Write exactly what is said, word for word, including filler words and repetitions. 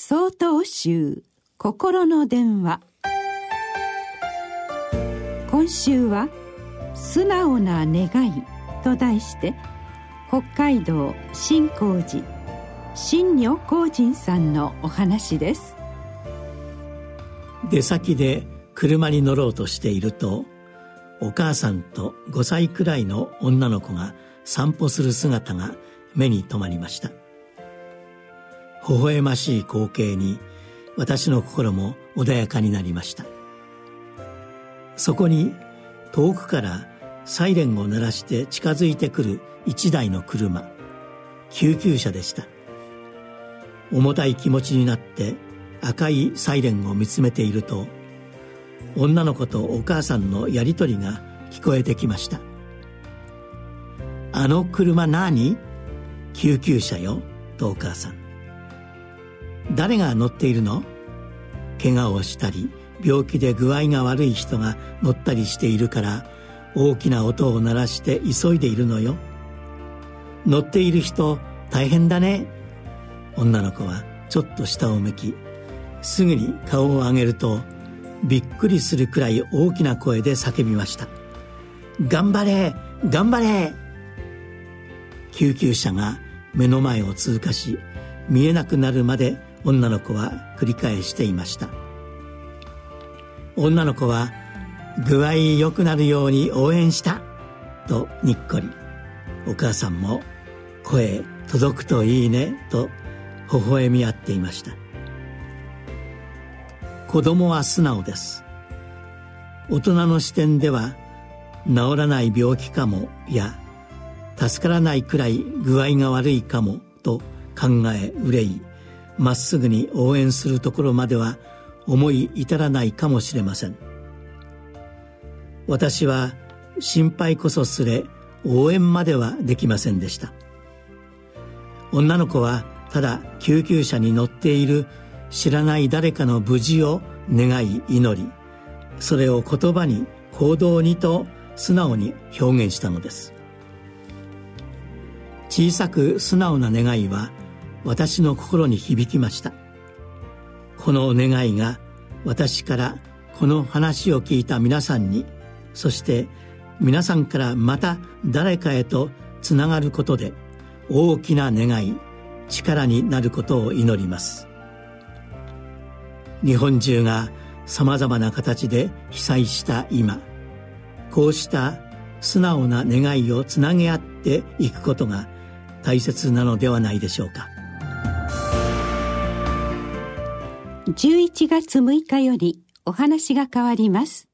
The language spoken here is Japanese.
総統集心の電話。今週は素直な願いと題して、北海道新光寺新如光人さんのお話です。 出先で車に乗ろうとしていると、お母さんとごさいくらいの女の子が散歩する姿が目に留まりました。微笑ましい光景に私の心も穏やかになりました。そこに遠くからサイレンを鳴らして近づいてくる一台の車、救急車でした。重たい気持ちになって赤いサイレンを見つめていると、女の子とお母さんのやりとりが聞こえてきました。あの車何？救急車よ、とお母さん。誰が乗っているの？怪我をしたり病気で具合が悪い人が乗ったりしているから大きな音を鳴らして急いでいるのよ。乗っている人大変だね。女の子はちょっと下を向き、すぐに顔を上げるとびっくりするくらい大きな声で叫びました。頑張れ頑張れ。救急車が目の前を通過し、見えなくなるまで女の子は繰り返していました。女の子は具合良くなるように応援したとにっこり、お母さんも声届くといいねと微笑み合っていました。子供は素直です。大人の視点では治らない病気かもや助からないくらい具合が悪いかもと考え憂い、まっすぐに応援するところまでは思い至らないかもしれません。私は心配こそすれ応援まではできませんでした。女の子はただ救急車に乗っている知らない誰かの無事を願い祈り、それを言葉に行動にと素直に表現したのです。小さく素直な願いは私の心に響きました。この願いが私からこの話を聞いた皆さんに、そして皆さんからまた誰かへとつながることで大きな願い、力になることを祈ります。日本中がさまざまな形で被災した今、こうした素直な願いをつなげ合っていくことが大切なのではないでしょうか。 じゅういちがつむいかよりお話が変わります。